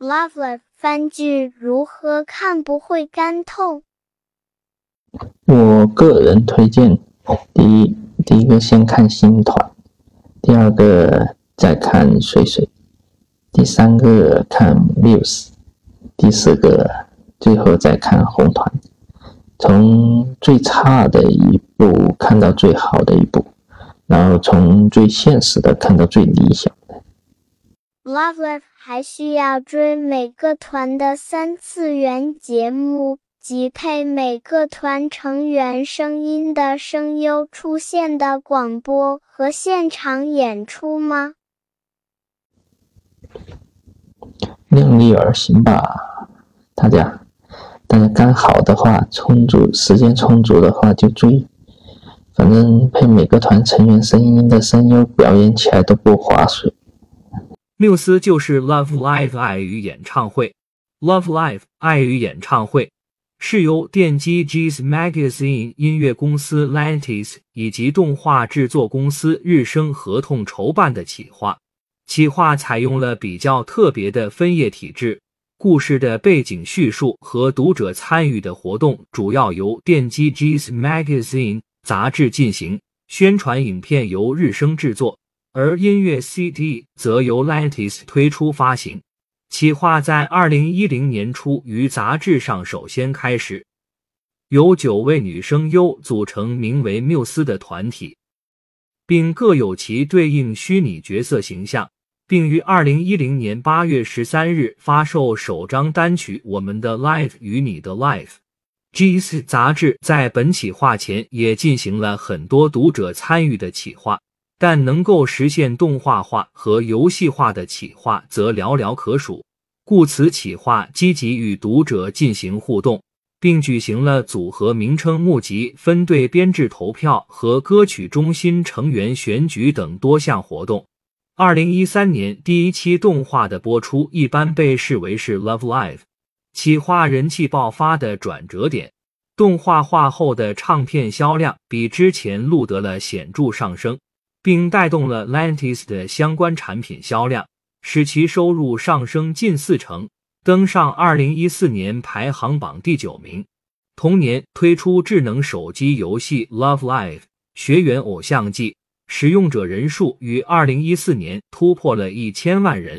Lovelove 番剧如何看不会干痛？ 我个人推荐，第一个先看星团，第二个再看水水，第三个看 Muse， 第四个最后再看红团，从最差的一部看到最好的一部，然后从最现实的看到最理想的。 Lovelove 还需要追每个团的3次元节目及配每个团成员声音的声优出现的广播和现场演出吗？ 量力而行吧，大家刚好的话，时间充足的话就追，反正配每个团成员声音的声优表演起来都不划水。 缪斯就是 Love Live 爱与演唱会。 Love Live 爱与演唱会是由电击 Geez Magazine 音乐公司 Lantis 以及动画制作公司日升合同筹办的企划。企划采用了比较特别的分页体制，故事的背景叙述和读者参与的活动主要由电击 Geez Magazine 杂志进行，宣传影片由日升制作，而音乐 CD 则由 Lantis 推出发行。企划在2010年初于杂志上首先开始，由9位女声优组成名为缪斯的团体，并各有其对应虚拟角色形象，并于2010年8月13日发售首张单曲《我们的 Live 与你的 Live》。Geez 杂志在本企划前也进行了很多读者参与的企划，但能够实现动画化和游戏化的企划则寥寥可数，故此企划积极与读者进行互动，并举行了组合名称募集、分队编制投票和歌曲中心成员选举等多项活动。2013年第一期动画的播出一般被视为是 Love Live 企划人气爆发的转折点，动画化后的唱片销量比之前录得了显著上升，并带动了 Lantis 的相关产品销量，使其收入上升近40%，登上2014年排行榜第9名。同年推出智能手机游戏 Love Live 学园偶像季，使用者人数于2014年突破了1000万人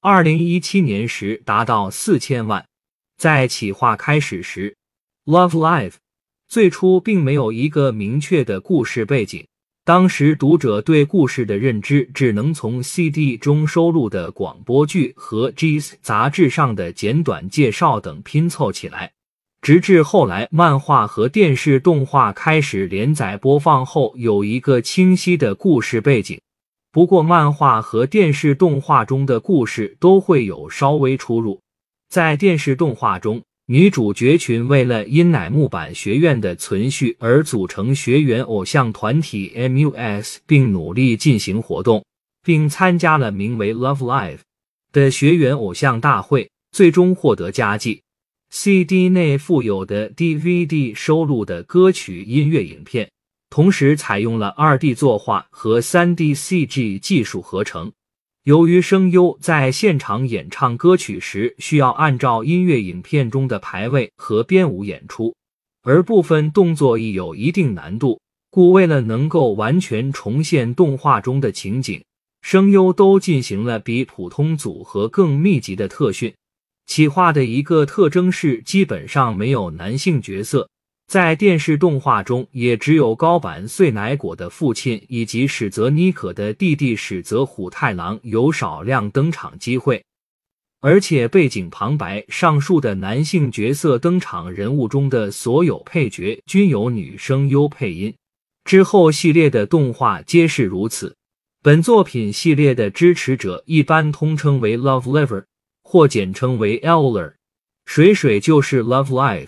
，2017年时达到4000万。在企划开始时， Love Live 最初并没有一个明确的故事背景，当时读者对故事的认知只能从 CD 中收录的广播剧和 Geez 杂志上的简短介绍等拼凑起来，直至后来漫画和电视动画开始连载播放后有一个清晰的故事背景。不过漫画和电视动画中的故事都会有稍微出入。在电视动画中，女主角群为了因乃木坂学院的存续而组成学园偶像团体 MUS， 并努力进行活动，并参加了名为 Love Live 的学园偶像大会，最终获得佳绩。CD 内附有的 DVD 收录的歌曲音乐影片，同时采用了 2D 作画和 3D CG 技术合成。由于声优在现场演唱歌曲时需要按照音乐影片中的排位和编舞演出，而部分动作亦有一定难度，故为了能够完全重现动画中的情景，声优都进行了比普通组合更密集的特训。企划的一个特征是基本上没有男性角色，在电视动画中也只有高坂穗乃果的父亲以及史泽妮可的弟弟史泽虎太郎有少量登场机会，而且背景旁白上述的男性角色登场人物中的所有配角均由女声优配音，之后系列的动画皆是如此。本作品系列的支持者一般通称为 Love Live 或简称为 Eller， 水水就是 Love Live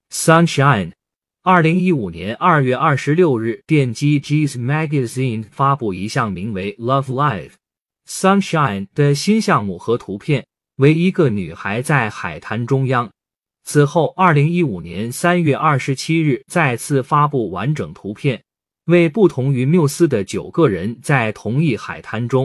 Sunshine。2015年2月26日，电击 Geez Magazine 发布一项名为 Love Live Sunshine 的新项目和图片，为一个女孩在海滩中央。此后2015年3月27日再次发布完整图片，为不同于缪斯的9个人在同一海滩中，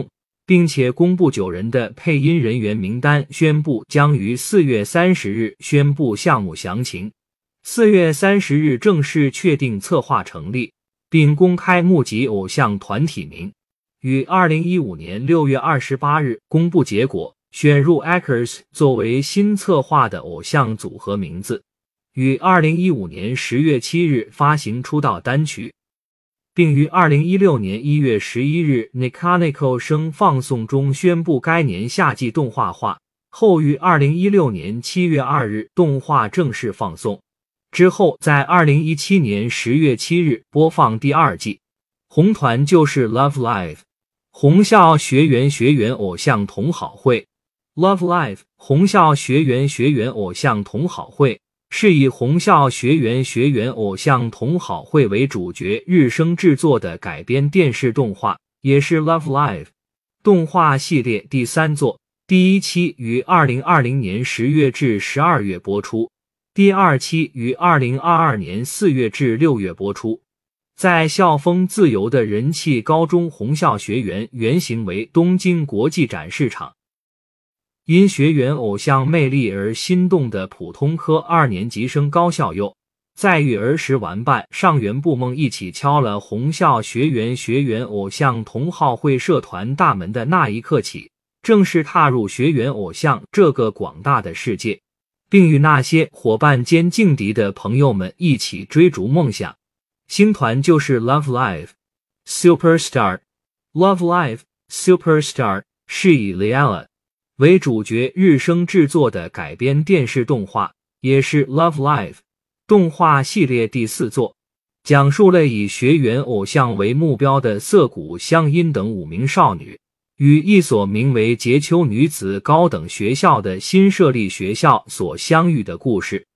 并且公布9人的配音人员名单，宣布将于4月30日宣布项目详情。4月30日正式确定策划成立，并公开募集偶像团体名，于2015年6月28日公布结果，选入 Akers 作为新策划的偶像组合名字，于2015年10月7日发行出道单曲，并于2016年1月11日 Niconico 声放送中宣布该年夏季动画化，后于2016年7月2日动画正式放送，之后在2017年10月7日播放第2季。红团就是 Love Live 红校学员偶像同好会。 Love Live 红校学员偶像同好会是以红校学员偶像同好会为主角日升制作的改编电视动画，也是 Love Live 动画系列第3作。第1期于2020年10月至12月播出，第2期于2022年4月至6月播出。在校风自由的人气高中红校学园原型为东京国际展市场。因学园偶像魅力而心动的普通科2年级生高孝佑，在与儿时玩伴上原不梦一起敲了红校学园偶像同好会社团大门的那一刻起，正式踏入学园偶像这个广大的世界，并与那些伙伴兼劲敌的朋友们一起追逐梦想。星团就是 Love Live Superstar。 Love Live Superstar 是以 Leela 为主角日升制作的改编电视动画，也是 Love Live 动画系列第4作，讲述了以学园偶像为目标的涩谷香音等5名少女与一所名为节丘女子高等学校的新设立学校所相遇的故事。